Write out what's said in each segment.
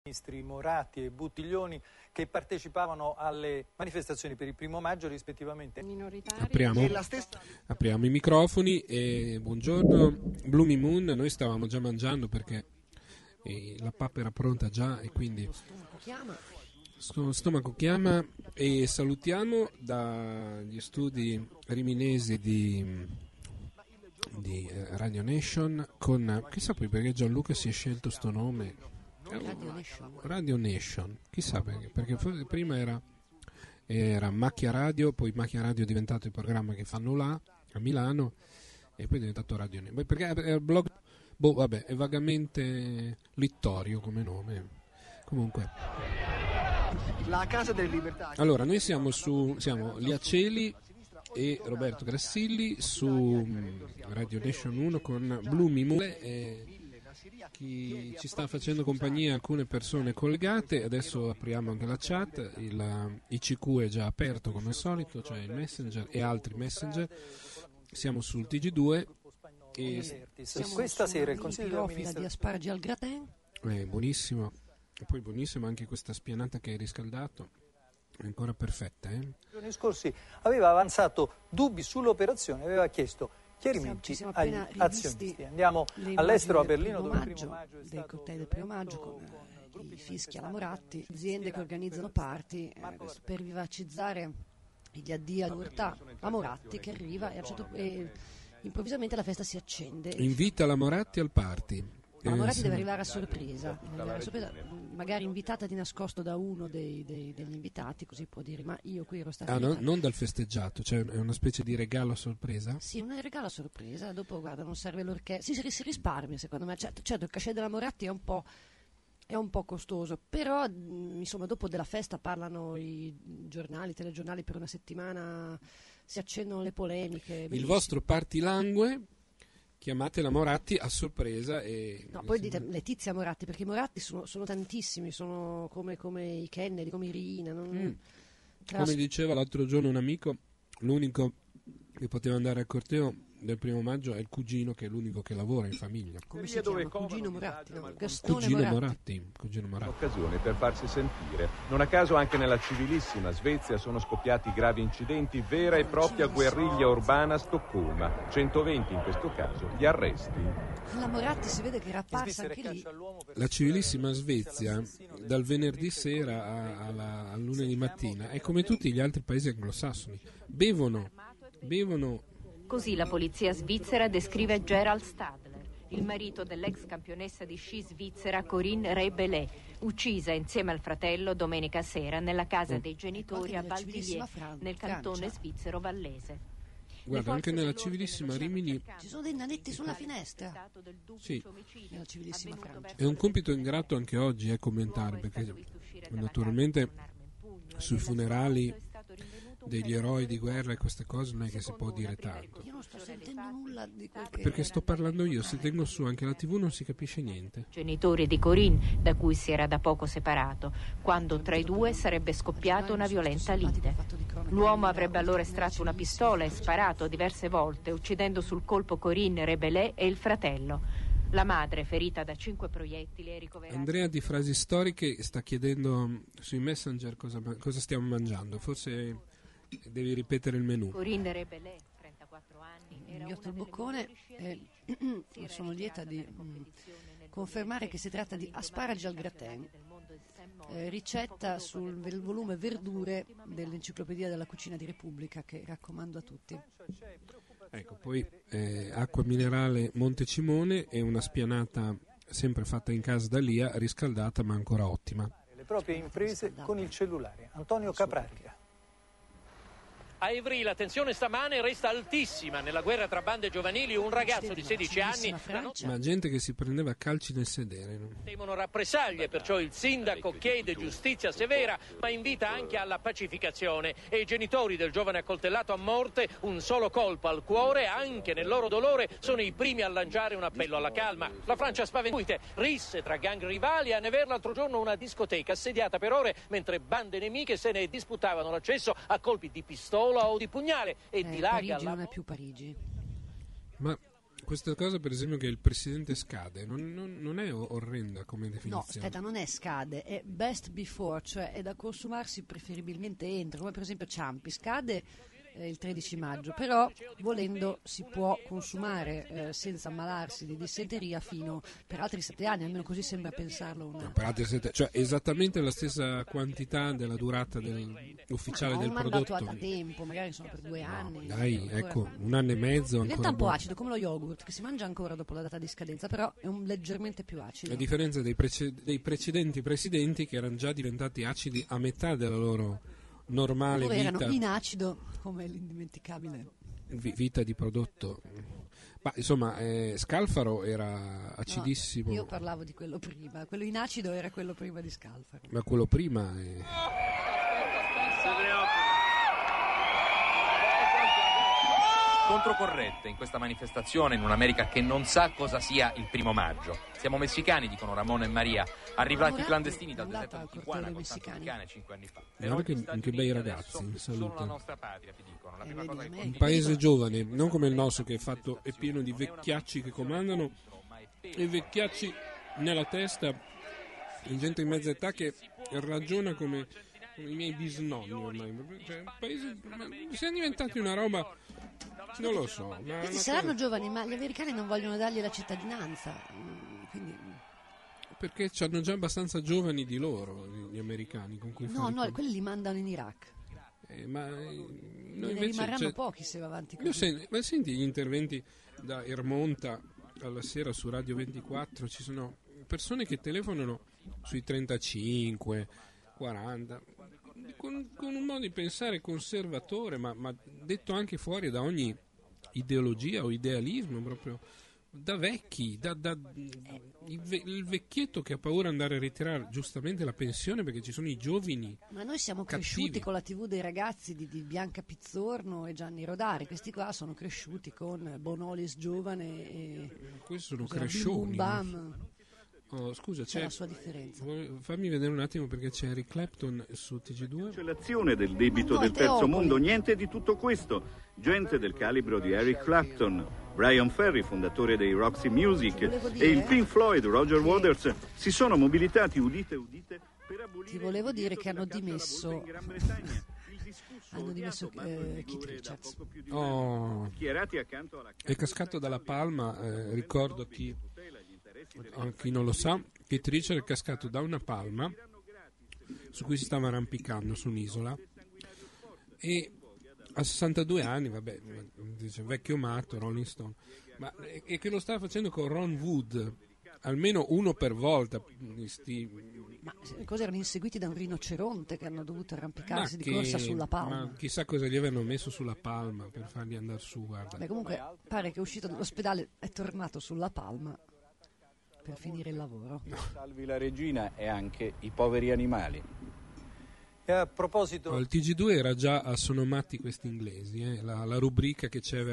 ministri Moratti e Buttiglioni che partecipavano alle manifestazioni per il 1° maggio rispettivamente. Apriamo i microfoni e buongiorno Bloomy Moon. Noi stavamo già mangiando perché la pappa era pronta già e quindi stomaco chiama, e salutiamo dagli studi riminesi di Radio Nation con, chissà poi perché Gianluca si è scelto sto nome, Radio Nation, chissà perché prima era Macchia Radio, poi Macchia Radio è diventato il programma che fanno là a Milano e poi è diventato Radio Nation, perché è il blog, è vagamente littorio come nome. Comunque la Casa delle Libertà. Allora, noi siamo Lia Celi e Roberto Grassilli su Radio Nation 1 con Bloomy Moon. Chi ci sta facendo compagnia, alcune persone collegate. Adesso apriamo anche la chat. Il ICQ è già aperto come al solito, cioè il Messenger e altri Messenger. Siamo sul TG2 e questa sera il Consiglio di asparagi al gratin. Buonissimo. E poi buonissima anche questa spianata che hai riscaldato, è ancora perfetta. Nei giorni scorsi aveva avanzato dubbi sull'operazione, aveva chiesto chiarimenti agli azionisti. Andiamo all'estero, a Berlino, dove il 1° maggio è dei cortei del 1° maggio con i fischi alla Moratti, aziende che organizzano party per vivacizzare gli addii all'Urtà. La Moratti che arriva e improvvisamente la festa si accende. Invita la Moratti al party. La Moratti deve arrivare a sorpresa, magari invitata di nascosto da uno degli invitati, così può dire: ma io qui ero stata non dal festeggiato, cioè è una specie di regalo a sorpresa? Sì, un regalo a sorpresa. Dopo, guarda, non serve l'orchestra, si risparmia secondo me. Certo, il cachet della Moratti è un po' costoso, però insomma dopo della festa parlano i giornali, i telegiornali per una settimana, si accendono le polemiche. Il bellissimo. vostro party langue, chiamate la Moratti a sorpresa e... No, poi dite Letizia Moratti, perché i Moratti sono tantissimi, sono come i Kennedy, come i Riina. Come diceva l'altro giorno un amico, l'unico che poteva andare al corteo del 1° maggio è il cugino, che è l'unico che lavora in famiglia. Come si chiama? Cugino Moratti, no? Cugino Moratti. Occasione per farsi sentire. Non a caso anche nella civilissima Svezia sono scoppiati gravi incidenti, vera e propria guerriglia urbana a Stoccolma. 120 in questo caso gli arresti. La Moratti si vede che era apparsa anche lì. La civilissima Svezia dal venerdì sera al lunedì mattina è come tutti gli altri paesi anglosassoni. Bevono. Così la polizia svizzera descrive Gerald Stadler, il marito dell'ex campionessa di sci svizzera Corinne Rebellet, uccisa insieme al fratello domenica sera nella casa dei genitori a Valdivier, nel cantone svizzero vallese. Guarda, anche nella civilissima Rimini ci sono dei nanetti sulla finestra. Sì, nella civilissima Francia. È un compito ingrato anche oggi commentare, perché naturalmente sui funerali degli eroi di guerra e queste cose non è che si può dire tanto. Io non sto sentendo nulla di quel che... Perché sto parlando io, se tengo su anche la TV non si capisce niente. Genitori di Corinne, da cui si era da poco separato, quando tra i due sarebbe scoppiata una violenta lite. L'uomo avrebbe allora estratto una pistola e sparato diverse volte, uccidendo sul colpo Corinne Rebellet e il fratello. La madre, ferita da 5 proiettili, è ricoverata. Andrea di Frasi Storiche sta chiedendo sui Messenger cosa stiamo mangiando. Forse devi ripetere il menù. Corinne Rebellet, 34 anni, era io al boccone sono lieta di confermare che si tratta di asparagi al gratin, ricetta sul volume verdure dell'Enciclopedia della Cucina di Repubblica, che raccomando a tutti. Ecco, poi acqua minerale Montecimone e una spianata sempre fatta in casa da Lia, riscaldata ma ancora ottima. Le proprie imprese con il cellulare. Antonio Capraglia. A Evry la tensione stamane resta altissima. Nella guerra tra bande giovanili un ragazzo di 16 anni... Ma gente che si prendeva calci nel sedere. No? Temono rappresaglie, perciò il sindaco chiede giustizia severa, ma invita anche alla pacificazione. E i genitori del giovane accoltellato a morte, un solo colpo al cuore, anche nel loro dolore, sono i primi a lanciare un appello alla calma. La Francia spaventita, risse tra gang rivali. A Nevers l'altro giorno una discoteca assediata per ore, mentre bande nemiche se ne disputavano l'accesso a colpi di pistola o di pugnale e di Parigi non è più Parigi. Ma questa cosa, per esempio, che il presidente scade, non è orrenda come definizione? No, aspetta, non è scade, è best before, cioè è da consumarsi preferibilmente entro, come per esempio Ciampi, scade il 13 maggio, però volendo si può consumare senza ammalarsi di dissenteria fino per altri 7 anni, almeno così sembra pensarlo. Per altri 7, cioè esattamente la stessa quantità della durata ufficiale del prodotto. Un mandato a tempo, magari sono per 2 anni. Dai, ecco, 1 anno e mezzo. Diventa un po' acido, come lo yogurt, che si mangia ancora dopo la data di scadenza, però è leggermente più acido. A differenza dei precedenti presidenti che erano già diventati acidi a metà della loro normale vita. Erano in acido, come l'indimenticabile vita di prodotto. Ma insomma, Scalfaro era acidissimo. No, io parlavo di quello prima, quello in acido era quello prima di Scalfaro. Ma quello prima Controcorrente in questa manifestazione in un'America che non sa cosa sia il 1° maggio. Siamo messicani, dicono Ramon e Maria, arrivati clandestini dal deserto di Tijuana con tanto messicane 5 anni fa. Guarda che bei ragazzi, sono la nostra patria, ti dicono. La prima cosa che un paese giovane, non come il nostro che è pieno di vecchiacci che comandano e vecchiacci nella testa, gente in mezza età che ragiona come i miei bisnonni ormai. Cioè, un paese, siamo diventati una roba, non lo so. Questi saranno giovani, ma gli americani non vogliono dargli la cittadinanza, quindi... Perché hanno già abbastanza giovani di loro, gli americani, con cui No, quelli li mandano in Iraq. Ma ne rimarranno pochi se va avanti così. Ma senti gli interventi da Ermonta alla sera su Radio 24, ci sono persone che telefonano sui 35, 40, con un modo di pensare conservatore, ma detto anche fuori da ogni ideologia o idealismo, proprio da vecchi, il vecchietto che ha paura di andare a ritirare giustamente la pensione perché ci sono i giovani. Ma noi siamo cresciuti con la TV dei ragazzi di Bianca Pizzorno e Gianni Rodari, questi qua sono cresciuti con Bonolis giovane e questi sono crescioni. Oh, scusa, c'è la sua differenza. Fammi vedere un attimo perché c'è Eric Clapton su TG2. Cancellazione del debito del terzo mondo, niente di tutto questo. Gente del calibro di Eric Clapton, Brian Ferry, fondatore dei Roxy Music, e il Pink Floyd Roger Waters si sono mobilitati, udite, per abolire. Ti volevo dire che hanno dimesso Keith Richards. È cascato dalla palma, ricordo chi non lo sa, Keith Richards è cascato da una palma su cui si stava arrampicando su un'isola e a 62 anni, vabbè, dice vecchio matto, Rolling Stone, ma e che lo stava facendo con Ron Wood, almeno uno per volta. Ma cosa erano inseguiti da un rinoceronte che hanno dovuto arrampicarsi di corsa sulla palma? Ma chissà cosa gli avevano messo sulla palma per farli andare su, guarda. Beh, comunque pare che è uscito dall'ospedale, è tornato sulla palma per finire il lavoro. Salvi la regina e anche i poveri animali. E a proposito, il TG2 era già a Sono matti questi inglesi, la rubrica che c'è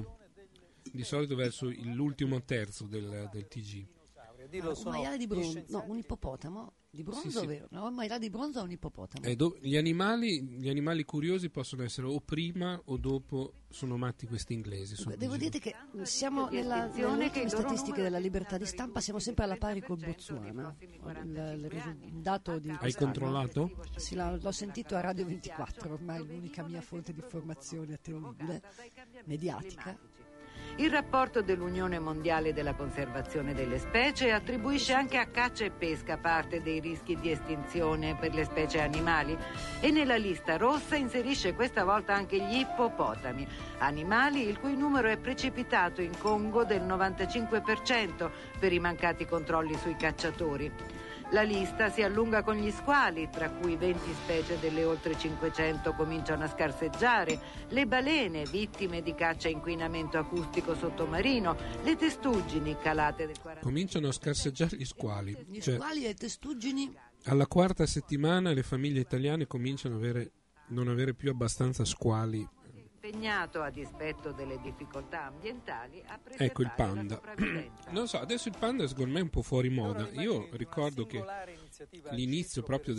di solito verso l'ultimo terzo del TG. Un maiale di bronzo, no, un ippopotamo di bronzo, sì. Vero? No, un maiale di bronzo è un ippopotamo. Gli animali curiosi possono essere o prima o dopo Sono matti questi inglesi. Devo dire che siamo nelle ultime statistiche della libertà di stampa, siamo sempre alla pari col Botswana. Il dato di Hai controllato? Sì, l'ho sentito a Radio 24, ormai l'unica mia fonte di informazione attendibile, mediatica. Il rapporto dell'Unione Mondiale della Conservazione delle Specie attribuisce anche a caccia e pesca parte dei rischi di estinzione per le specie animali e nella lista rossa inserisce questa volta anche gli ippopotami, animali il cui numero è precipitato in Congo del 95% per i mancati controlli sui cacciatori. La lista si allunga con gli squali, tra cui 20 specie delle oltre 500 cominciano a scarseggiare, le balene, vittime di caccia e inquinamento acustico sottomarino, le testuggini calate del 40%. Cominciano a scarseggiare gli squali. Gli squali e le testuggini. Alla quarta settimana le famiglie italiane cominciano a non avere più abbastanza squali. Impegnato a dispetto delle difficoltà ambientali a ecco il panda. Non so, adesso il panda secondo me è un po' fuori moda. Io ricordo che l'inizio proprio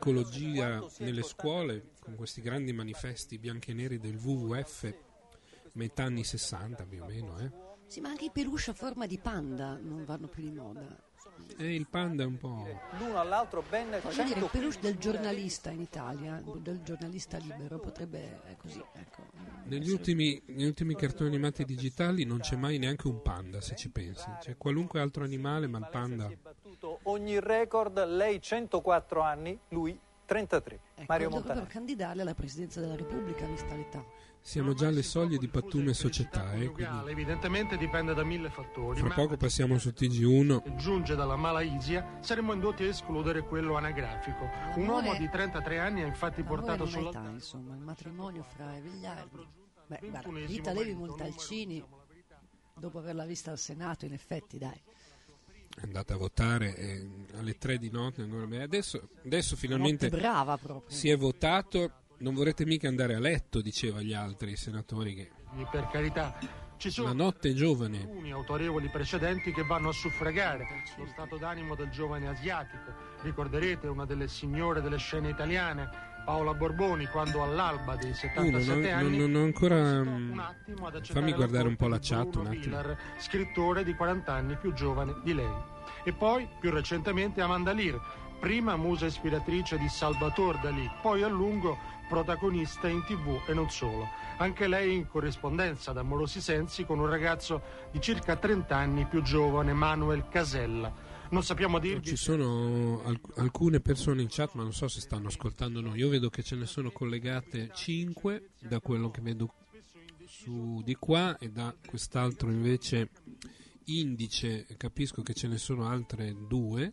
dell'ecologia nelle scuole con questi grandi manifesti bianchi e neri del WWF metà anni 60 più o meno. Sì, ma anche i peluche a forma di panda non vanno più di moda. Il panda è un po'... L'uno all'altro ben Voglio dire, il peluche del giornalista in Italia, del giornalista libero, potrebbe così, ecco. Negli ultimi cartoni animati digitali non c'è mai neanche un panda, se ci pensi. C'è qualunque altro animale, ma il panda... Si è battuto ogni record, lei 104 anni, lui 33. Mario Montana. Dovrebbero candidarle alla presidenza della Repubblica, vista l'età. Siamo già alle soglie di Pattume Società, quindi evidentemente dipende da 1000 fattori. Fra poco passiamo su TG1. Giunge dalla Malaysia, saremmo indotti a escludere quello anagrafico. Un uomo di 33 anni ha infatti portato sulla età, insomma, il matrimonio fra Vegliardi. Beh, guarda, Rita Levi Montalcini, dopo averla vista al Senato, in effetti, dai. È andata a votare alle 3 di notte. Adesso finalmente brava proprio. Si è votato. Non vorrete mica andare a letto, diceva agli altri senatori, che per carità ci sono la notte è giovane. Alcuni autorevoli precedenti che vanno a suffragare lo stato d'animo del giovane asiatico. Ricorderete una delle signore delle scene italiane, Paola Borboni, quando all'alba dei 77 anni non ancora fammi guardare un po' la chat un attimo. Miller, scrittore di 40 anni più giovane di lei. E poi più recentemente Amanda Lear, prima musa ispiratrice di Salvatore Dalì, poi a lungo protagonista in TV e non solo. Anche lei in corrispondenza ad amorosi sensi con un ragazzo di circa 30 anni più giovane, Manuel Casella. Non sappiamo dirvi... Ci sono alcune persone in chat, ma non so se stanno ascoltando noi. Io vedo che ce ne sono collegate 5 da quello che vedo su di qua, e da quest'altro invece indice capisco che ce ne sono altre 2.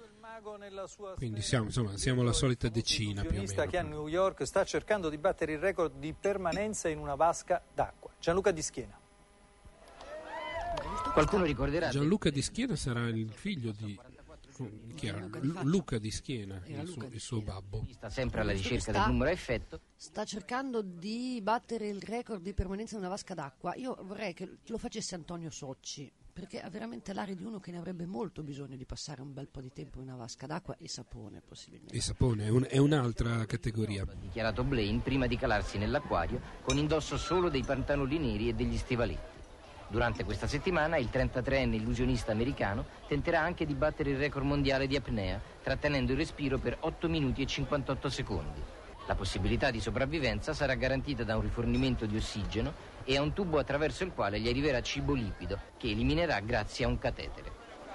Quindi siamo la solita decina più o meno. Che a New York sta cercando di battere il record di permanenza in una vasca d'acqua. Gianluca Di Schiena. Qualcuno ricorderà. Gianluca Di Schiena sarà il figlio di Luca Di Schiena, il suo babbo. Sta sempre alla ricerca del numero a effetto. Sta cercando di battere il record di permanenza in una vasca d'acqua. Io vorrei che lo facesse Antonio Socci, perché ha veramente l'aria di uno che ne avrebbe molto bisogno di passare un bel po' di tempo in una vasca d'acqua e sapone, possibilmente. E sapone è un'altra categoria. Ha dichiarato Blaine prima di calarsi nell'acquario con indosso solo dei pantaloni neri e degli stivaletti. Durante questa settimana il 33enne illusionista americano tenterà anche di battere il record mondiale di apnea, trattenendo il respiro per 8 minuti e 58 secondi. La possibilità di sopravvivenza sarà garantita da un rifornimento di ossigeno e a un tubo attraverso il quale gli arriverà cibo liquido, che eliminerà grazie a un catetere.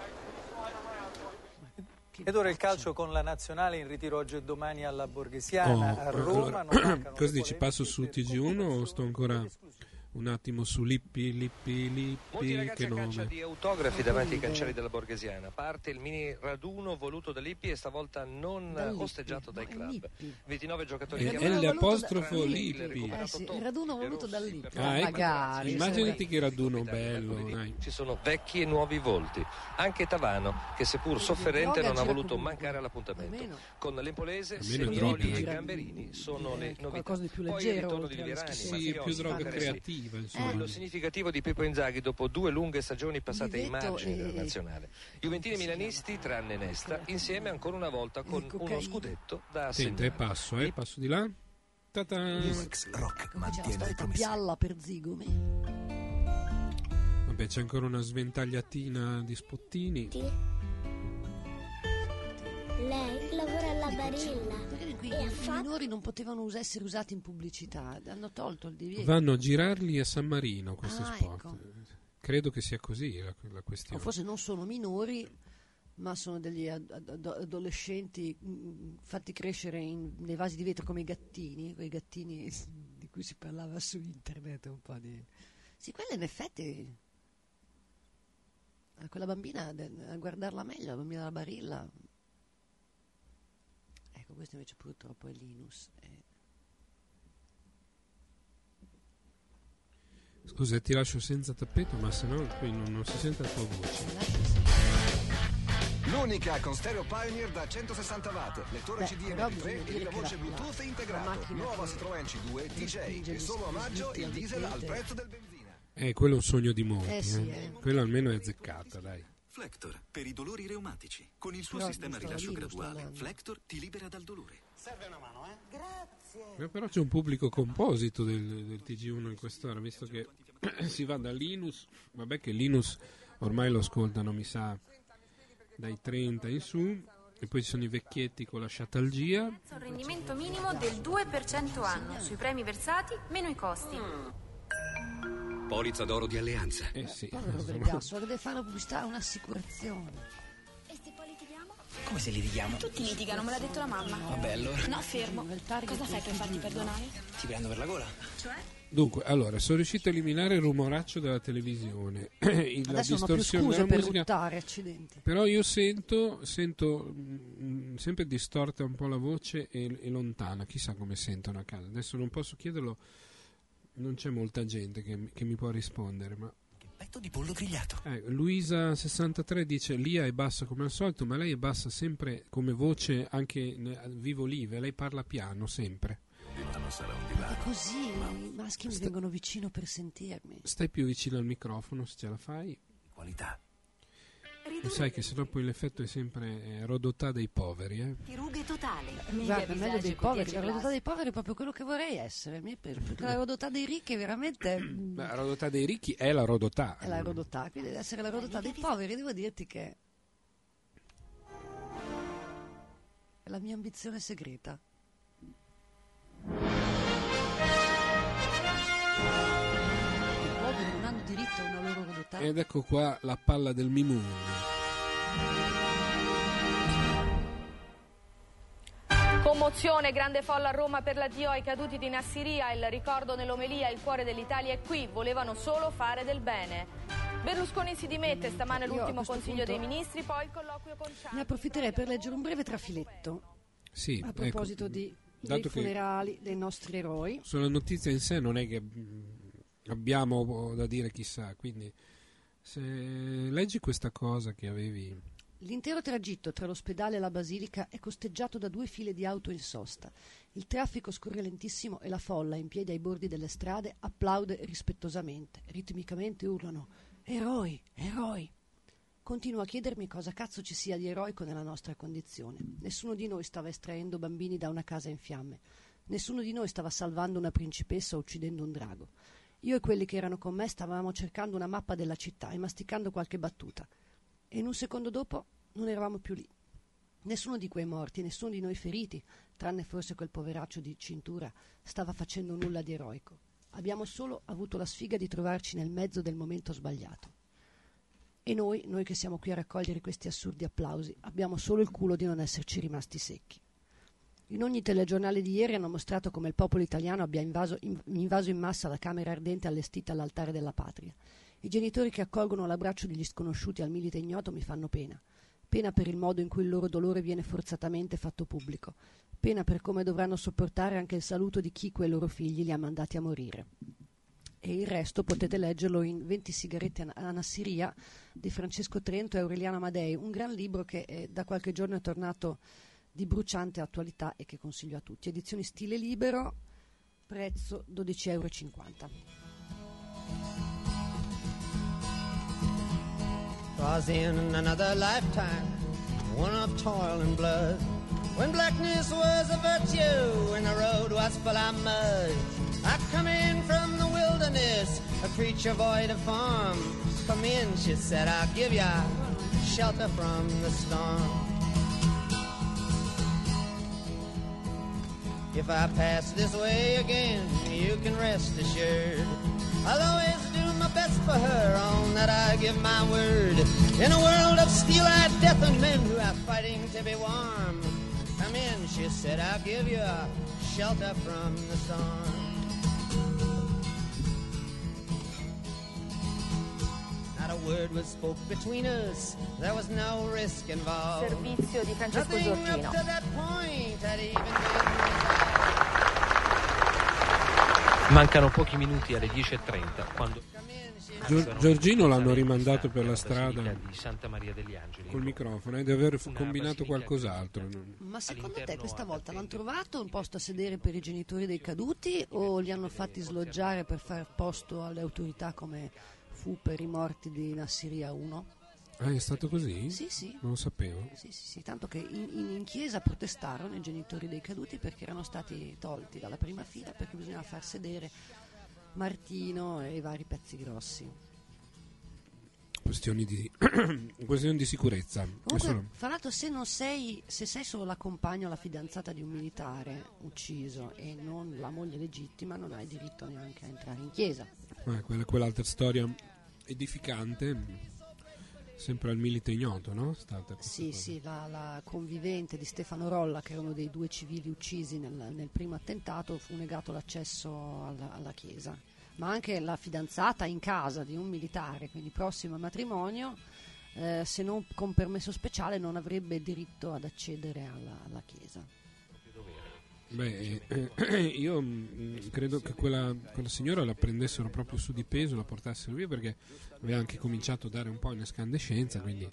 Ed ora il calcio con la nazionale in ritiro oggi e domani alla Borghesiana a Roma. Allora, cosa dici? Passo su TG1 o sto ancora un attimo su Lippi, molti ragazzi che a caccia nome. di autografi davanti ai cancelli della Borghesiana. Parte il mini raduno voluto da Lippi e stavolta non osteggiato dai club. 29 giocatori L' Lippi. Il raduno voluto da Lippi. Magari. Immaginati che raduno bello. Ci sono vecchi e nuovi volti. Anche Tavano, che seppur sofferente non ha voluto mancare all'appuntamento. Con l'Empolese, Semioli e Gamberini sono le novità. Qualcosa di più Poi il leggero. ritorno di Liverani, Sì, più droga creativa. Lo significativo di Pippo Inzaghi dopo 2 lunghe stagioni passate ai margini della nazionale. Juventini e milanisti, tranne Nesta, insieme ancora una volta con uno scudetto da assegnare. Passo di là. UX Rock mantiene le promesse. Pialla per zigomi. Vabbè, c'è ancora una sventagliatina di spottini. Lei lavora alla Barilla. I minori non potevano essere usati in pubblicità, hanno tolto il divieto. Vanno a girarli a San Marino questi spot. Ecco. Credo che sia così la questione. O forse non sono minori, ma sono degli adolescenti fatti crescere nei vasi di vetro come i gattini, quei gattini di cui si parlava su internet un po' di... Sì, quella in effetti... Quella bambina, a guardarla meglio, la bambina della Barilla... Ecco, questo invece purtroppo è Linus. Scusa, ti lascio senza tappeto, ma se no qui non si sente la tua voce. L'unica con stereo Pioneer da 160 watt, lettore CD MP3 e la voce Bluetooth integrato. Nuova Citroën C2 DJ e solo a maggio il diesel al prezzo del benzina. Quello è un sogno di molti. Quello almeno è azzeccata, dai. Flector, per i dolori reumatici. Con il suo sistema a rilascio graduale, Flector ti libera dal dolore. Serve una mano, Grazie. Però c'è un pubblico composito del TG1 in quest'ora, visto che si va da Linus, vabbè che Linus ormai lo ascoltano, mi sa, dai 30 in su, e poi ci sono i vecchietti con la sciatalgia. Un rendimento minimo del 2% anno, sui premi versati meno i costi. Polizza d'oro di Alleanza. Sì. Povero Vergasso, deve fare una pubblicità, un'assicurazione. E se poi litighiamo? Come se litighiamo? Tutti litigano, me l'ha detto la mamma. Vabbè, allora. No, fermo. Cosa fai per farti perdonare? Ti prendo per la gola. Cioè? Dunque, allora, sono riuscito a eliminare il rumoraccio della televisione, la Adesso non ho più distorsione scuse della per musica, ruttare, accidenti. però io sento sempre distorta un po' la voce e lontana, chissà come sentono a casa. Adesso non posso chiederlo, non c'è molta gente che mi può rispondere, ma... Che petto di pollo grigliato. Luisa63 dice: Lia è bassa come al solito, ma lei è bassa sempre come voce anche vivo live, lei parla piano sempre. Ma così i maschi mi vengono vicino per sentirmi. Stai più vicino al microfono se ce la fai. Qualità. E sai che sennò poi l'effetto è sempre Rodotà dei poveri, Di rughe totale. Guarda, meglio dei poveri. La Rodotà dei poveri è proprio quello che vorrei essere. Perché la Rodotà dei ricchi è veramente... La Rodotà dei ricchi è la Rodotà. È la Rodotà, quindi deve essere la Rodotà dei poveri. Devo dirti che è la mia ambizione segreta. I poveri non hanno diritto a una loro Rodotà. Ed ecco qua la palla del Mimun. Commozione, grande folla a Roma per l'addio ai caduti di Nassiriya, il ricordo nell'omelia, il cuore dell'Italia è qui, volevano solo fare del bene. Berlusconi si dimette, stamane l'ultimo Consiglio dei Ministri, poi il colloquio con Ciampi. Ne approfitterei per leggere un breve trafiletto. Sì, a proposito dei funerali dei nostri eroi. Sulla notizia in sé non è che abbiamo da dire chissà, quindi se leggi questa cosa che avevi... L'intero tragitto tra l'ospedale e la basilica è costeggiato da 2 file di auto in sosta. Il traffico scorre lentissimo e la folla, in piedi ai bordi delle strade, applaude rispettosamente. Ritmicamente urlano: eroi, eroi! Continuo a chiedermi cosa cazzo ci sia di eroico nella nostra condizione. Nessuno di noi stava estraendo bambini da una casa in fiamme. Nessuno di noi stava salvando una principessa o uccidendo un drago. Io e quelli che erano con me stavamo cercando una mappa della città e masticando qualche battuta. E in un secondo dopo non eravamo più lì. Nessuno di quei morti, nessuno di noi feriti, tranne forse quel poveraccio di cintura, stava facendo nulla di eroico. Abbiamo solo avuto la sfiga di trovarci nel mezzo del momento sbagliato. E noi che siamo qui a raccogliere questi assurdi applausi, abbiamo solo il culo di non esserci rimasti secchi. In ogni telegiornale di ieri hanno mostrato come il popolo italiano abbia invaso in massa la camera ardente allestita all'altare della patria. I genitori che accolgono l'abbraccio degli sconosciuti al milite ignoto mi fanno pena. Pena per il modo in cui il loro dolore viene forzatamente fatto pubblico. Pena per come dovranno sopportare anche il saluto di chi quei loro figli li ha mandati a morire. E il resto potete leggerlo in 20 sigarette a Nassiriya di Francesco Trento e Aureliano Amadei, un gran libro che da qualche giorno è tornato di bruciante attualità e che consiglio a tutti. Edizioni stile libero, prezzo €12,50. Was in another lifetime, one of toil and blood, when blackness was a virtue and the road was full of mud. I come in from the wilderness, a creature void of form. Come in, she said, I'll give you shelter from the storm. If I pass this way again, you can rest assured I'll always do my best for her, on that I give my word. In a world of steel-eyed death and men who are fighting to be warm, come in, she said, I'll give you shelter from the storm. Not a word was spoke between us, there was no risk involved. Servizio di Francesco Giorgino. Up to that point had even been... Mancano pochi minuti alle 10:30 quando Giorgino l'hanno rimandato per la strada di Santa Maria degli Angeli col microfono e deve aver combinato qualcos'altro. Ma secondo te questa volta l'hanno trovato un posto a sedere per i genitori dei caduti o li hanno fatti sloggiare per far posto alle autorità come fu per i morti di Nassiriya 1? È stato così? Sì. Non lo sapevo. Sì, tanto che in chiesa protestarono i genitori dei caduti perché erano stati tolti dalla prima fila perché bisognava far sedere Martino e i vari pezzi grossi. Questioni di sicurezza. Comunque, fra l'altro, se sei solo la compagna o la fidanzata di un militare ucciso e non la moglie legittima, non hai diritto neanche a entrare in chiesa. Quell'altra storia edificante, sempre al Milite Ignoto, no? Sì, la convivente di Stefano Rolla, che era uno dei 2 civili uccisi nel primo attentato, fu negato l'accesso alla chiesa. Ma anche la fidanzata in casa di un militare, quindi prossimo al matrimonio, se non con permesso speciale, non avrebbe diritto ad accedere alla chiesa. Io credo che quella signora la prendessero proprio su di peso, la portassero via, perché aveva anche cominciato a dare un po' in escandescenza, quindi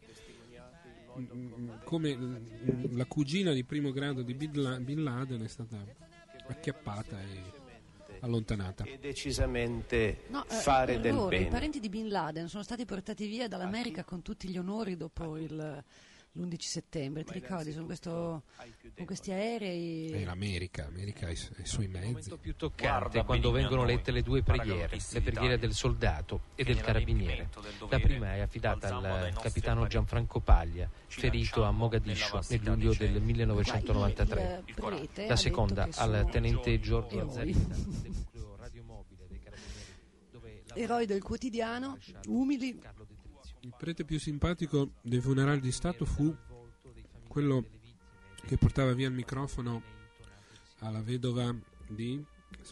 come la cugina di primo grado di Bin Laden è stata acchiappata e allontanata. E decisamente fare del bene. I parenti di Bin Laden sono stati portati via dall'America con tutti gli onori dopo l'11 settembre, ti ricordi? Con questi aerei. L'America ha i suoi mezzi. Il momento più toccante è quando vengono lette le 2 preghiere, le preghiere del soldato e del carabiniere. La prima è affidata al capitano Gianfranco Paglia, ferito a Mogadiscio nel luglio del 1993. La seconda al tenente Giorgio Azzarita del nucleo radiomobile dei carabinieri. Eroi del quotidiano, umili. Il prete più simpatico dei funerali di Stato fu quello che portava via il microfono alla vedova in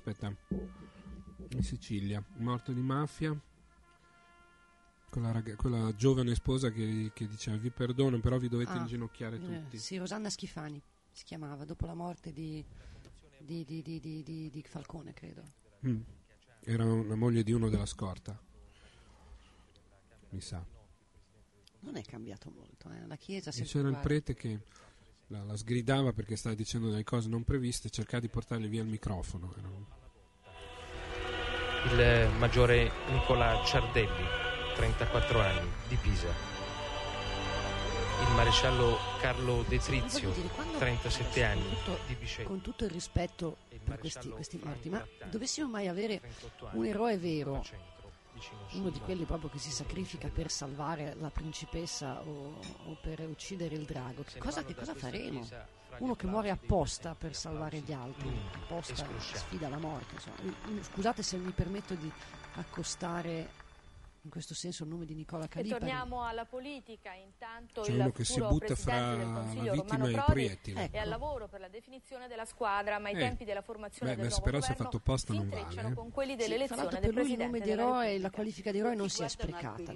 Sicilia, morto di mafia, con la giovane sposa che diceva: vi perdono, però vi dovete inginocchiare tutti. Sì, Rosanna Schifani si chiamava, dopo la morte di Falcone, credo. Era una moglie di uno della scorta, mi sa. Non è cambiato molto, la Chiesa si c'era il prete che la sgridava perché stava dicendo delle cose non previste, cercava di portarle via il microfono. Il maggiore Nicola Ciardelli, 34 anni, di Pisa. Il maresciallo Carlo De Trizio, 37 anni, di Vicenza. Con tutto il rispetto per questi morti, ma dovessimo mai avere un eroe vero, uno di quelli proprio che si sacrifica per salvare la principessa o per uccidere il drago, che cosa faremo? Uno che muore apposta per salvare gli altri, apposta sfida la morte, insomma. Scusate se mi permetto di accostare in questo senso il nome di Nicola Calipari. E torniamo alla politica. Intanto c'è il uno che si futuro butta presidente del fra Consiglio la vittima Romano e i Prodi proiettili. è al lavoro per la definizione della squadra, ma i tempi della formazione del nuovo però governo se fatto posta si non intrecciano vale, con quelli dell'elezione per del lui il presidente nome di della eroe, Repubblica. la qualifica di eroe non sia sprecata.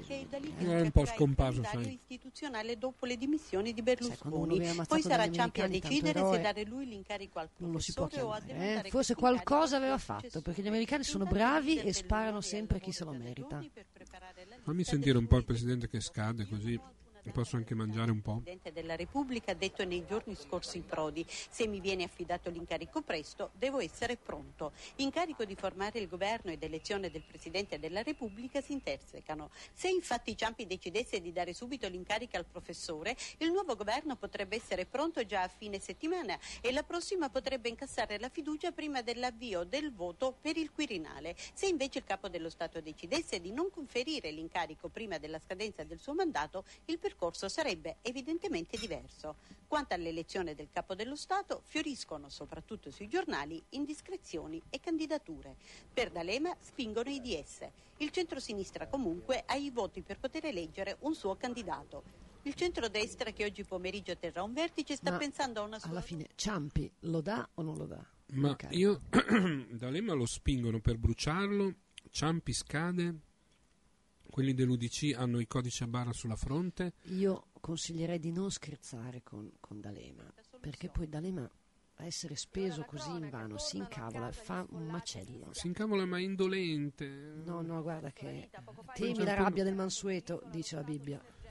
È un po' scompaso, sai. Istituzionale dopo le dimissioni di Berlusconi. Poi Poi sarà Ciampi a decidere se dare lui l'incarico al non lo si può professore o a chiamare, demandare Forse questo qualcosa aveva fatto, perché gli americani sono bravi e sparano sempre a chi se lo merita. Fammi sentire un po' il presidente che scade, così posso anche mangiare un po'. Il Presidente della Repubblica ha detto nei giorni scorsi Prodi: se mi viene affidato l'incarico presto, devo essere pronto. Incarico di formare il governo ed elezione del Presidente della Repubblica si intersecano. Se infatti Ciampi decidesse di dare subito l'incarico al professore, il nuovo governo potrebbe essere pronto già a fine settimana e la prossima potrebbe incassare la fiducia prima dell'avvio del voto per il Quirinale. Se invece il Capo dello Stato decidesse di non conferire l'incarico prima della scadenza del suo mandato, il percorso sarebbe evidentemente diverso. Quanto all'elezione del Capo dello Stato, fioriscono soprattutto sui giornali indiscrezioni e candidature. Per D'Alema spingono i DS. Il centrosinistra comunque ha i voti per poter eleggere un suo candidato. Il centrodestra, che oggi pomeriggio terrà un vertice, sta pensando a una sua... Alla fine Ciampi lo dà o non lo dà? Ma io D'Alema lo spingono per bruciarlo, Ciampi scade, quelli dell'UDC hanno i codici a barra sulla fronte. Io consiglierei di non scherzare con D'Alema, perché poi D'Alema a essere speso così invano si incavola, fa un macello. Si incavola, ma è indolente. No, guarda che temi la rabbia del mansueto, dice la Bibbia.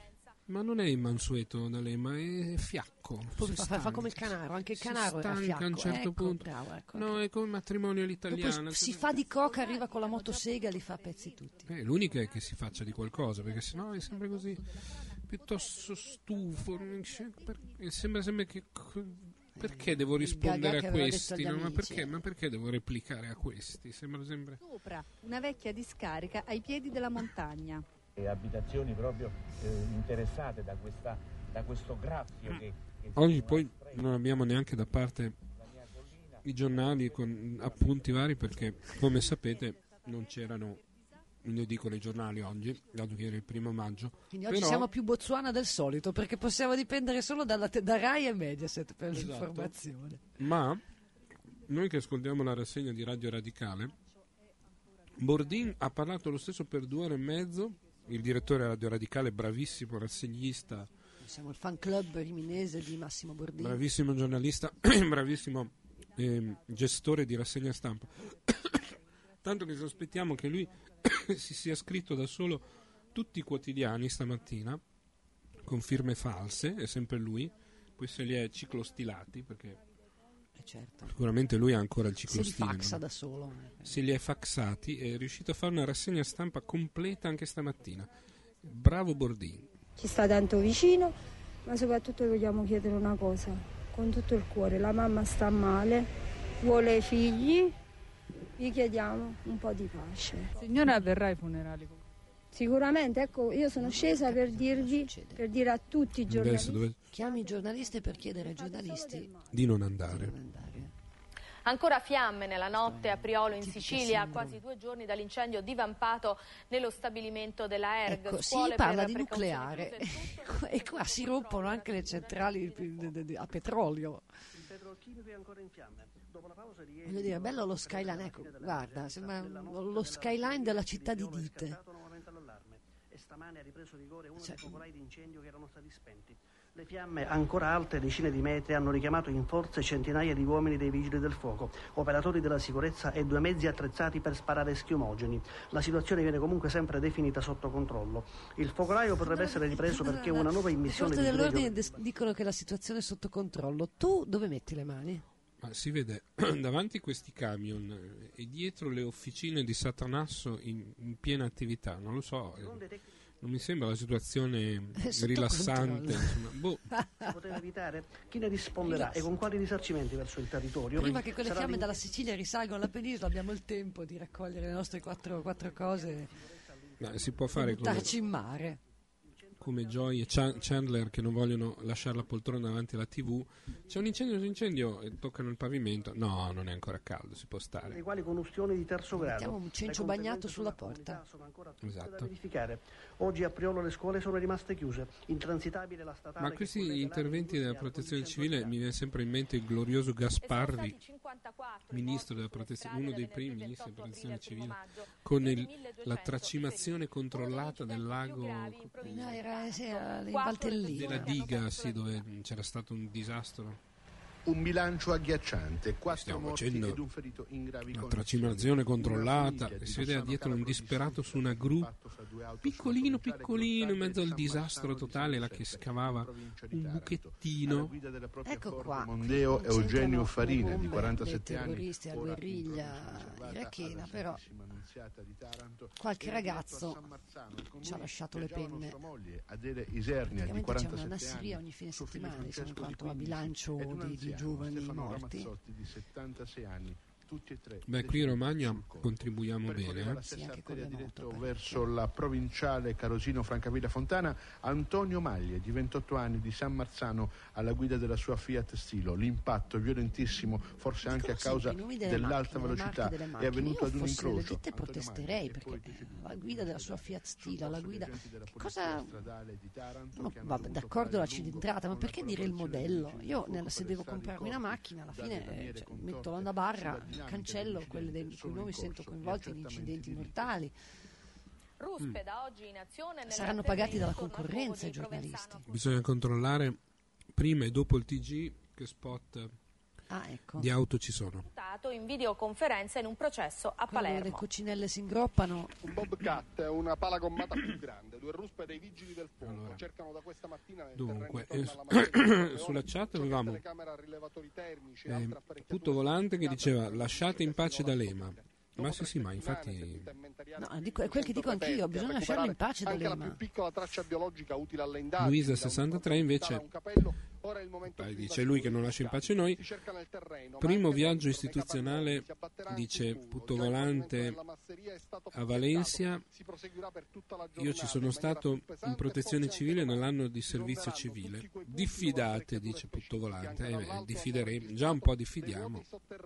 Ma non è il mansueto D'Alema, è fiacco. Fa come il Canaro, anche il Canaro era fiacco. A un certo punto. Bravo, ecco. No, è come il matrimonio all'italiana. Si fa di coca, arriva con la motosega e li fa a pezzi tutti. L'unica è che si faccia di qualcosa, perché sennò è sempre così, piuttosto stufo. Sembra sempre che... Perché devo rispondere a questi? No, ma perché devo replicare a questi? Sembra sempre... Sopra una vecchia discarica ai piedi della montagna. E abitazioni proprio interessate da questo graffio che oggi poi non abbiamo neanche da parte i giornali con appunti vari, perché come sapete non c'erano, ne dicono i giornali oggi, dato che era il 1° maggio. Quindi oggi siamo più Botswana del solito, perché possiamo dipendere solo da Rai e Mediaset per l'informazione. Ma noi che ascoltiamo la rassegna di Radio Radicale, Bordin ha parlato lo stesso per 2 ore e mezzo. Il direttore Radio Radicale, bravissimo rassegnista. Siamo il fan club riminese di Massimo Bordin. Bravissimo giornalista, bravissimo gestore di rassegna stampa. Tanto che sospettiamo che lui si sia scritto da solo tutti i quotidiani stamattina, con firme false, è sempre lui. Poi se li è ciclostilati, perché certo. Sicuramente lui ha ancora il ciclostile. Se li faxa da solo. Se li è faxati, è riuscito a fare una rassegna stampa completa anche stamattina. Bravo Bordin. Ci sta tanto vicino, ma soprattutto vogliamo chiedere una cosa, con tutto il cuore. La mamma sta male, vuole figli, vi chiediamo un po' di pace. Signora, verrà ai funerali? Sicuramente, ecco, io sono scesa per dirvi, per dire a tutti i giornalisti. Chiami i giornalisti per chiedere ai giornalisti di non andare. Ancora fiamme nella notte a Priolo in Sicilia, a quasi 2 giorni dall'incendio divampato nello stabilimento della ERG. Ecco, si parla di nucleare e qua si rompono anche le centrali a petrolio. Voglio dire, bello lo skyline, ecco, guarda, sembra lo skyline della città di Dite. Stamane ha ripreso vigore uno dei focolai di incendio che erano stati spenti. Le fiamme, ancora alte decine di metri, hanno richiamato in forze centinaia di uomini dei vigili del fuoco, operatori della sicurezza e 2 mezzi attrezzati per sparare schiumogeni. La situazione viene comunque sempre definita sotto controllo. Il focolaio potrebbe essere ripreso perché una nuova immissione di dell'ordine dicono che la situazione è sotto controllo. Tu dove metti le mani? Ma si vede davanti questi camion e dietro le officine di Satanasso in piena attività, non lo so, non mi sembra la situazione rilassante. Si poteva evitare? Chi ne risponderà e con quali risarcimenti verso il territorio? Prima che quelle fiamme dalla Sicilia risalgano alla penisola abbiamo il tempo di raccogliere le nostre quattro cose si può fare e buttarci in mare. Come Joy e Chandler che non vogliono lasciare la poltrona davanti alla TV. C'è un incendio e toccano il pavimento. No, non è ancora caldo, si può stare. Nei quali conustioni di terzo grado. Mettiamo un cencio bagnato sulla porta. Sono ancora da verificare. Oggi a Priolo le scuole sono rimaste chiuse, intransitabile la statale. Ma questi interventi della protezione civile mi viene sempre in mente il glorioso Gasparri, ministro della protezione, uno dei primi ministri della protezione civile, con la tracimazione controllata del lago. Della diga, sì, dove c'era stato un disastro. Un bilancio agghiacciante, 4 morti ed un ferito in gravi condizioni. Una tracimazione controllata, e si vedeva dietro un disperato su una gru piccolino in mezzo al disastro totale, la che scavava un buchettino. Ecco qua. Mondeo Eugenio Farina, di 47 anni. Terroristi, la guerriglia irachena, però qualche ragazzo ci ha lasciato le penne. Adele Isernia, di 47 anni. C'è una Nassiria ogni fine settimana, diciamo, in quanto a bilancio di giovani morti. Di 76 anni. Tutti e 3. Beh, qui in Romagna contribuiamo bene. Sì, anche con le moto, verso la provinciale Carosino Francavilla Fontana, Antonio Maglie, di 28 anni, di San Marzano, alla guida della sua Fiat Stilo. L'impatto violentissimo, forse anche a causa dell'alta velocità, è avvenuto ad un incrocio. Io protesterei perché la guida della sua Fiat Stilo, la guida cosa? No, vabbè, d'accordo la cilindrata, ma perché dire il modello? Io se devo comprarmi una macchina alla fine metto l'onda barra, cancello quelle dei cui nomi sento coinvolti in incidenti mortali. Ruspe da oggi in azione. Saranno pagati dalla concorrenza i giornalisti. Bisogna controllare prima e dopo il TG che spot di auto ci sono. In videoconferenza in un processo a Palermo. Le coccinelle si ingroppano. Un Bobcat è una pala gommata più grande. 2 ruspe dei vigili del fuoco cercano da questa mattina nel Dunque, sulla chat avevamo Puttovolante che diceva lasciate in pace D'Alema. Ma sì, ma infatti no, è quel che dico anch'io, bisogna lasciarlo in pace D'Alema. La più piccola traccia biologica utile alle indagini. Luisa 63 invece dice lui che non lascia in pace noi. Primo viaggio istituzionale, dice Puttovolante, a Valencia. Io ci sono stato in protezione civile nell'anno di servizio civile. Diffidate, dice Puttovolante. Diffideremo, già un po' diffidiamo.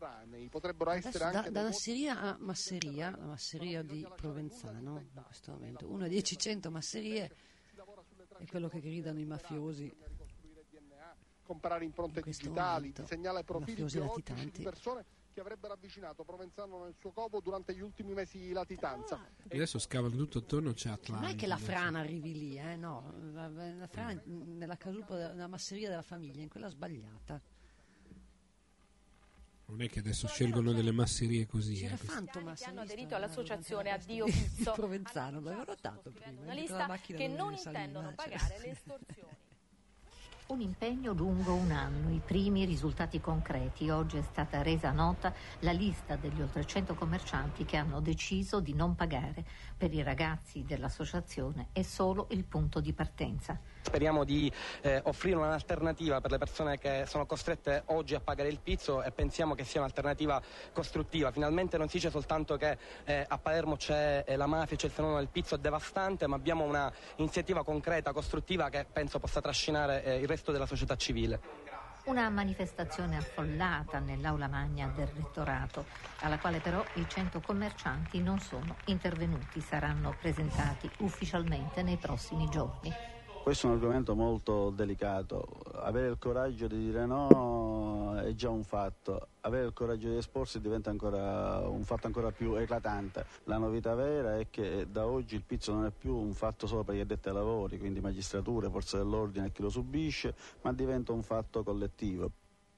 Da Nassiria a Masseria, la masseria di Provenzano in questo momento, 1 a 10-100 masserie è quello che gridano i mafiosi. Comprare impronte digitali, segnala profili biologici di persone che avrebbero avvicinato Provenzano nel suo covo durante gli ultimi mesi di latitanza. Adesso scavano tutto attorno, c'è Atlanta. Non è che la frana arrivi lì, no, la frana nella casupa della masseria della famiglia, in quella sbagliata. Non è che adesso scelgono delle masserie così. C'era Fantoma che hanno aderito all'associazione Addio Pizzo. Provenzano, l'avevo notato prima. Giornalista che non intendono pagare le estorsioni. Un impegno lungo un anno, i primi risultati concreti. Oggi è stata resa nota la lista degli oltre 100 commercianti che hanno deciso di non pagare. Per i ragazzi dell'associazione è solo il punto di partenza. Speriamo di offrire un'alternativa per le persone che sono costrette oggi a pagare il pizzo e pensiamo che sia un'alternativa costruttiva. Finalmente non si dice soltanto che a Palermo c'è la mafia, c'è il fenomeno del pizzo devastante, ma abbiamo una iniziativa concreta, costruttiva che penso possa trascinare il resto della società civile. Una manifestazione affollata nell'aula magna del rettorato, alla quale però i 100 commercianti non sono intervenuti, saranno presentati ufficialmente nei prossimi giorni. Questo è un argomento molto delicato, avere il coraggio di dire no è già un fatto, avere il coraggio di esporsi diventa un fatto ancora più eclatante. La novità vera è che da oggi il pizzo non è più un fatto solo per gli addetti ai lavori, quindi magistrature, forze dell'ordine e chi lo subisce, ma diventa un fatto collettivo.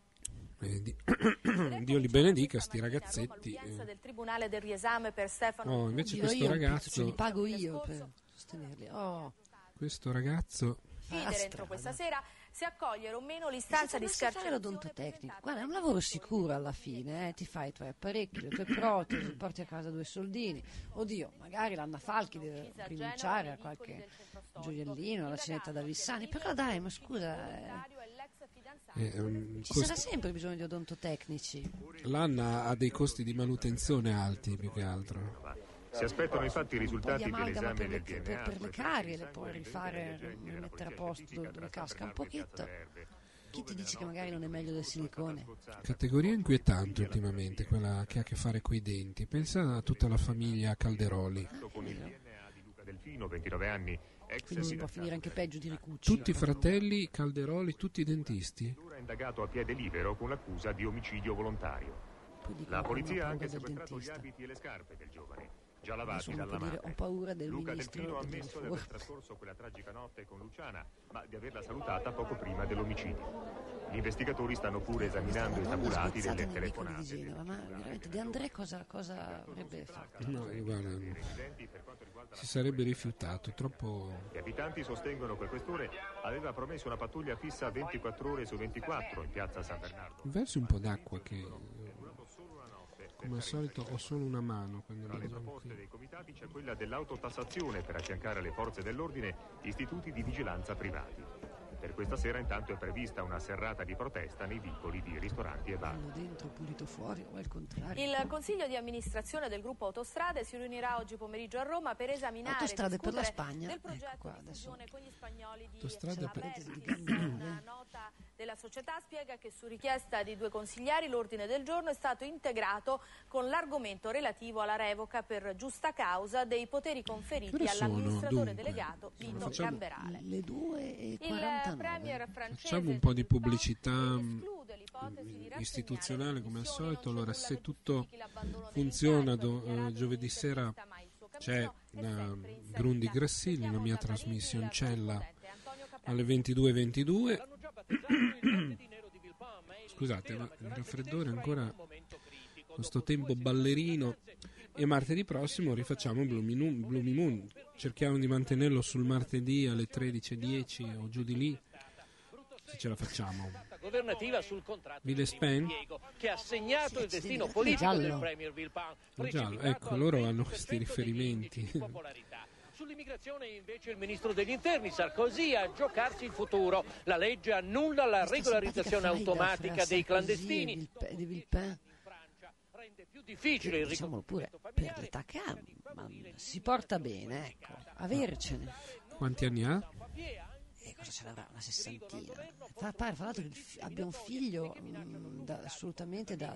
Dio li benedica sti ragazzetti. Del tribunale del riesame per Stefano. Invece questo ragazzo li pago io per sostenerli. Questo ragazzo dentro questa sera se accogliere o meno l'istanza di scarcerazione. L'odontotecnico, guarda, è un lavoro sicuro alla fine, ti fai i tuoi apparecchi, le tue protesi, porti a casa 2 soldini. Oddio, magari l'Anna Falchi deve rinunciare a qualche gioiellino, alla cenetta da Vissani, però dai, ma scusa, ci sarà sempre bisogno di odontotecnici. L'Anna ha dei costi di manutenzione alti più che altro. Si aspettano infatti i risultati dell'esame del DNA. Per le carie le puoi rifare, mettere a posto dove casca un pochetto. Chi ti dice che magari non è meglio del silicone? Categoria inquietante ultimamente, quella che ha a che fare coi denti. Pensa a tutta la famiglia Calderoli. Con il DNA di Luca Delfino, 29 anni, quindi può finire anche peggio di Ricucci. Tutti fratelli Calderoli, tutti dentisti? È indagato a piede libero con l'accusa di omicidio volontario. La polizia ha anche sequestrato gli abiti e le scarpe del giovane, già lavati dalla madre. Ho paura del Luca ministro Delfino ha ammesso di aver trascorso quella tragica notte con Luciana, ma di averla salutata poco prima dell'omicidio. Gli investigatori stanno pure esaminando i tabulati delle telefonate. Ma veramente De André cosa avrebbe fatto? No, guarda, si sarebbe rifiutato, troppo. Gli abitanti sostengono che il questore aveva promesso una pattuglia fissa 24 ore su 24 in piazza San Bernardo. Versi un po' d'acqua che come al solito ho solo una mano quando tra le proposte dei comitati c'è quella dell'autotassazione per affiancare alle forze dell'ordine istituti di vigilanza privati. Per questa sera intanto è prevista una serrata di protesta nei vicoli di ristoranti e bar. Dentro pulito fuori o al contrario? Il consiglio di amministrazione del gruppo Autostrade si riunirà oggi pomeriggio a Roma per esaminare Autostrade e per la discutere Spagna. del progetto qua, di fusione con gli spagnoli di Autostrade Una nota della società spiega che su richiesta di 2 consiglieri l'ordine del giorno è stato integrato con l'argomento relativo alla revoca per giusta causa dei poteri conferiti all'amministratore delegato Vito Gamberale. Le 2:49. Il premier francese facciamo un po' di pubblicità istituzionale come al solito. Allora, se tutto funziona giovedì sera c'è Grundi Grassilli, la mia trasmissioncella alle 22:22. scusate, ma il raffreddore ancora con sto tempo ballerino. E martedì prossimo rifacciamo Bloomy Moon. Cerchiamo di mantenerlo sul martedì alle 13:10 o giù di lì, se ce la facciamo. Governativa sul contratto Ville Spen, che ha segnato il destino politico del Premier Villepin. giallo, ecco, loro hanno questi riferimenti. Sull'immigrazione invece il ministro degli interni Sarkozy a giocarsi il futuro. La legge annulla la regolarizzazione automatica dei clandestini. Di Villepin. Rende più difficile il diciamolo pure, per l'età che ha, ma si porta bene, ecco, avercene. Quanti anni ha? Cosa ce l'avrà? Una sessantina. Pare fra l'altro che abbia un figlio assolutamente da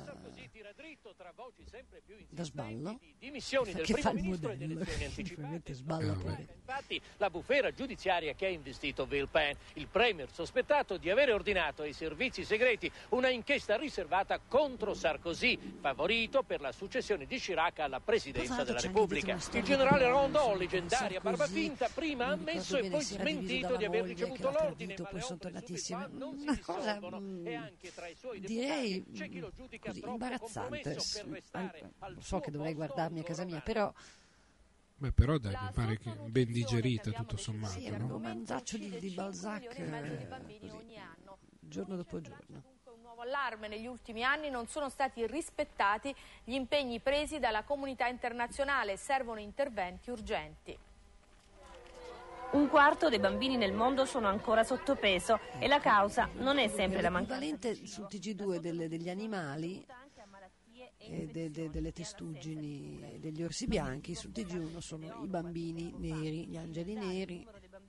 sballo, che fa il modello, veramente sballa pure. Infatti la bufera giudiziaria che ha investito Villepin, il premier sospettato di aver ordinato ai servizi segreti una inchiesta riservata contro Sarkozy, favorito per la successione di Chirac alla presidenza della Repubblica. Il generale Rondeau, leggendaria barba finta, prima ha ammesso e poi smentito di aver ricevuto l'ordine, poi sono tornatissimi. Una cosa direi così imbarazzante. So che dovrei guardarmi a casa mia, però però dai, mi pare che ben digerita tutto sommato. Sì, è un romanzaccio di Balzac, così, giorno dopo giorno. Un nuovo allarme: negli ultimi anni non sono stati rispettati gli impegni presi dalla comunità internazionale, servono interventi urgenti. Un quarto dei bambini nel mondo sono ancora sottopeso e la causa non è sempre la mancanza. L'equivalente sul TG2 degli animali, delle testuggini, degli orsi bianchi, sul TG1 sono i bambini neri, gli angeli neri.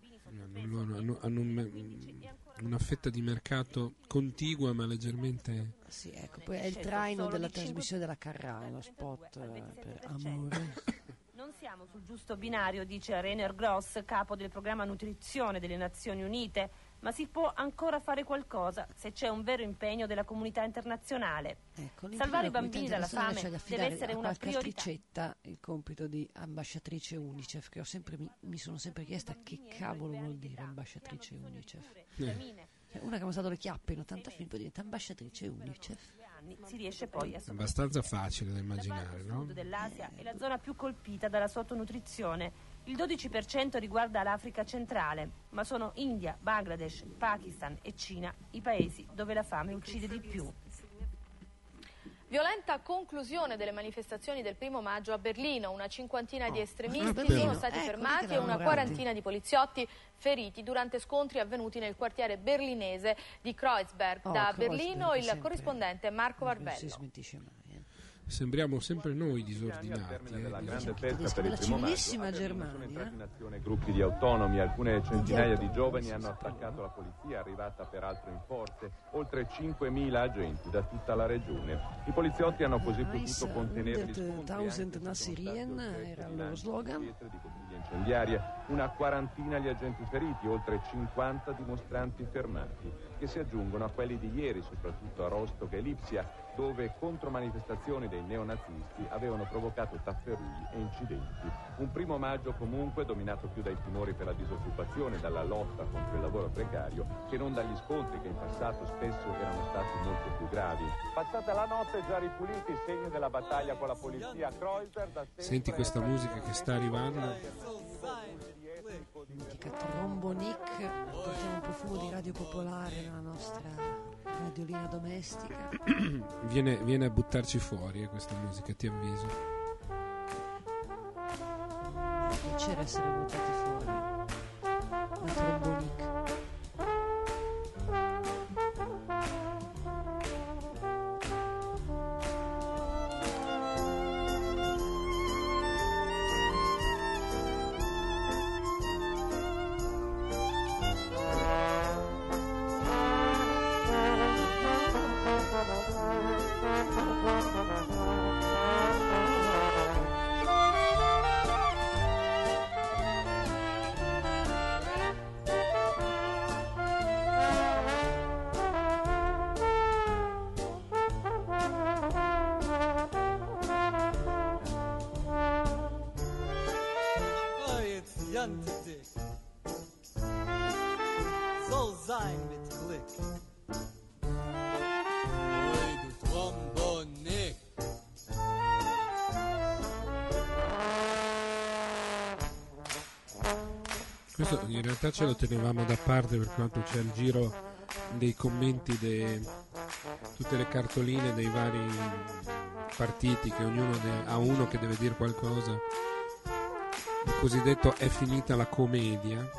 Hanno una fetta di mercato contigua ma leggermente... Sì, ecco, poi è il traino della trasmissione della Carrà, lo spot per Amore. Non siamo sul giusto binario, dice Rainer Gross, capo del programma nutrizione delle Nazioni Unite, ma si può ancora fare qualcosa se c'è un vero impegno della comunità internazionale. Ecco, salvare i bambini dalla fame deve essere una priorità. Ricetta il compito di ambasciatrice UNICEF, che mi sono sempre chiesta che cavolo vuol dire ambasciatrice UNICEF. Una che ha usato le chiappe in 80 film poi diventa ambasciatrice UNICEF. Si riesce poi a abbastanza facile da immaginare, no? Il sud dell'Asia è la zona più colpita dalla sottonutrizione. Il 12% riguarda l'Africa centrale, ma sono India, Bangladesh, Pakistan e Cina i paesi dove la fame uccide di più. Violenta conclusione delle manifestazioni del 1° maggio a Berlino. Una cinquantina di estremisti sono stati fermati e una quarantina di poliziotti feriti durante scontri avvenuti nel quartiere berlinese di Kreuzberg. Da Berlino il corrispondente Marco Varvello. Sembriamo sempre noi disordinati. La grande festa per il 1° maggio. Sono entrati in azione gruppi di autonomi, alcune centinaia di giovani hanno attaccato la polizia, arrivata peraltro in forze, oltre 5.000 agenti da tutta la regione. I poliziotti hanno così potuto contenere gli scontri. Nasirien era il loro slogan. Di bottiglie incendiarie, una quarantina gli agenti feriti, oltre 50 dimostranti fermati, che si aggiungono a quelli di ieri, soprattutto a Rostock e Lipsia, dove contromanifestazioni dei neonazisti avevano provocato tafferugli e incidenti. Un 1° maggio comunque dominato più dai timori per la disoccupazione, dalla lotta contro il lavoro precario, che non dagli scontri che in passato spesso erano stati molto più gravi. Passata la notte già ripuliti i segni della battaglia con la polizia a Kreuzberg. Senti questa musica che sta arrivando. Mitica Trombonic, portiamo un profumo di radio popolare nella nostra radiolina domestica. Viene a buttarci fuori questa musica, ti avviso. Fa piacere essere buttati fuori da Trombonic. Soll sein mit Glück. questo in realtà ce lo tenevamo da parte per quanto c'è il giro dei commenti tutte le cartoline dei vari partiti, che ognuno ha uno che deve dire qualcosa, il cosiddetto è finita la commedia.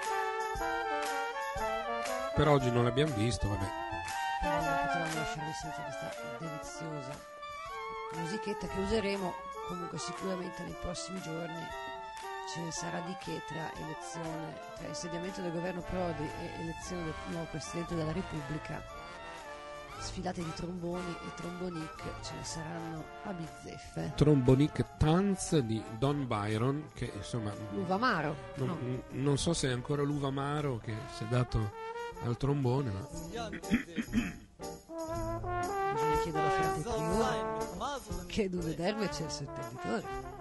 Per oggi non l'abbiamo visto, vabbè. Però non potevamo lasciare senza questa deliziosa musichetta che useremo comunque sicuramente nei prossimi giorni. Ce ne sarà di che tra insediamento del governo Prodi e elezione del nuovo Presidente della Repubblica. Sfilate di tromboni e trombonic ce ne saranno a bizzeffe. Trombonic Tanz di Don Byron, che insomma l'uvamaro non so se è ancora l'uvamaro che si è dato al trombone, ma bisogna chiedere a Frate Pio che dove derme c'è il sottenditore.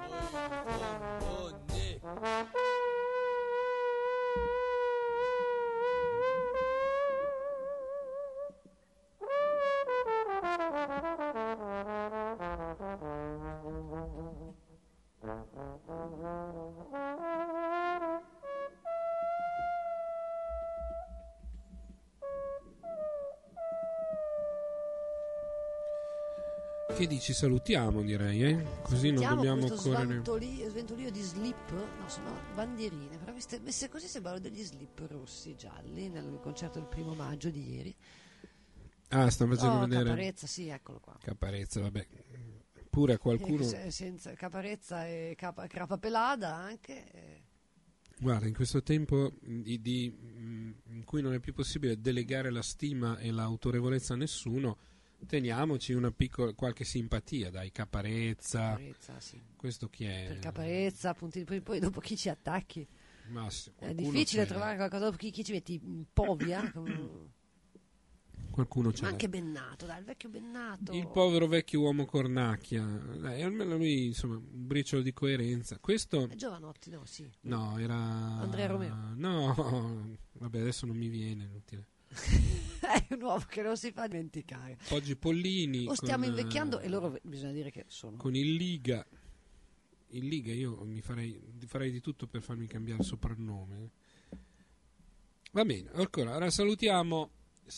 Che dici, salutiamo, direi, così non dobbiamo correre. Sventolio di slip, no, sono bandierine, però messe così sembrano degli slip rossi gialli nel concerto del 1 maggio di ieri. Ah, stanno facendo vedere Caparezza, sì, eccolo qua. Caparezza, vabbè, pure a qualcuno senza Caparezza e Crapa Pelada anche. Guarda, in questo tempo in cui non è più possibile delegare la stima e l'autorevolezza a nessuno, teniamoci qualche simpatia, dai. Caparezza, sì. Questo chi è? Per Caparezza, poi dopo chi ci attacchi? È difficile trovare qualcosa dopo chi ci metti Povia. Qualcuno c'è. Ma anche Bennato, dai, il vecchio Bennato. Il povero vecchio uomo cornacchia. Dai, almeno lui, insomma, un briciolo di coerenza. Questo Giovanotti, no, sì. No, era Andrea Romeo. No, vabbè, adesso non mi viene, inutile. È un uomo che non si fa dimenticare. Poggi Pollini. O stiamo invecchiando e loro bisogna dire che sono. Con il Liga io farei di tutto per farmi cambiare soprannome. Va bene, ora salutiamo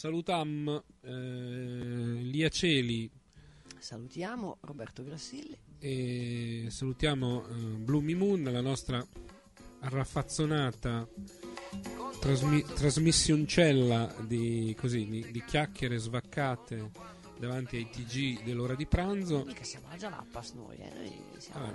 Liaceli. Salutiamo Roberto Grassilli. E salutiamo Bloomy Moon, la nostra raffazzonata trasmissioncella di chiacchiere svaccate davanti ai TG dell'ora di pranzo. Mica siamo a Jalappas noi, noi siamo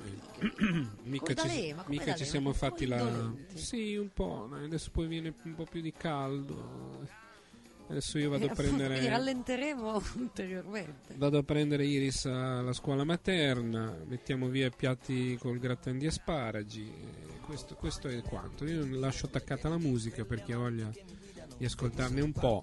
mica ci siamo fatti sì, un po', adesso poi viene un po' più di caldo. Adesso io vado a prendere. Li rallenteremo ulteriormente. Vado a prendere Iris alla scuola materna, mettiamo via i piatti col gratin di asparagi. Questo è quanto. Io lascio attaccata la musica per chi ha voglia di ascoltarne un po'.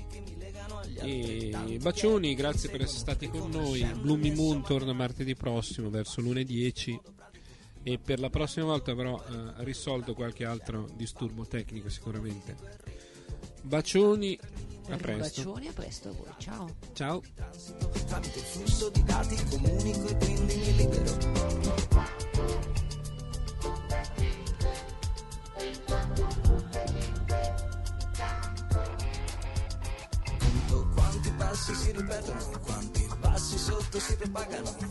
E bacioni, grazie per essere stati con noi. Bloomy Moon torna martedì prossimo verso l'1:10 e per la prossima volta avrò risolto qualche altro disturbo tecnico sicuramente. Bacioni, a presto. Bacioni, a presto a voi, ciao. Ciao. Tramite il flusso di dati comunico e quindi mi libero. Quanti passi si ripetono, quanti passi sotto si propagano.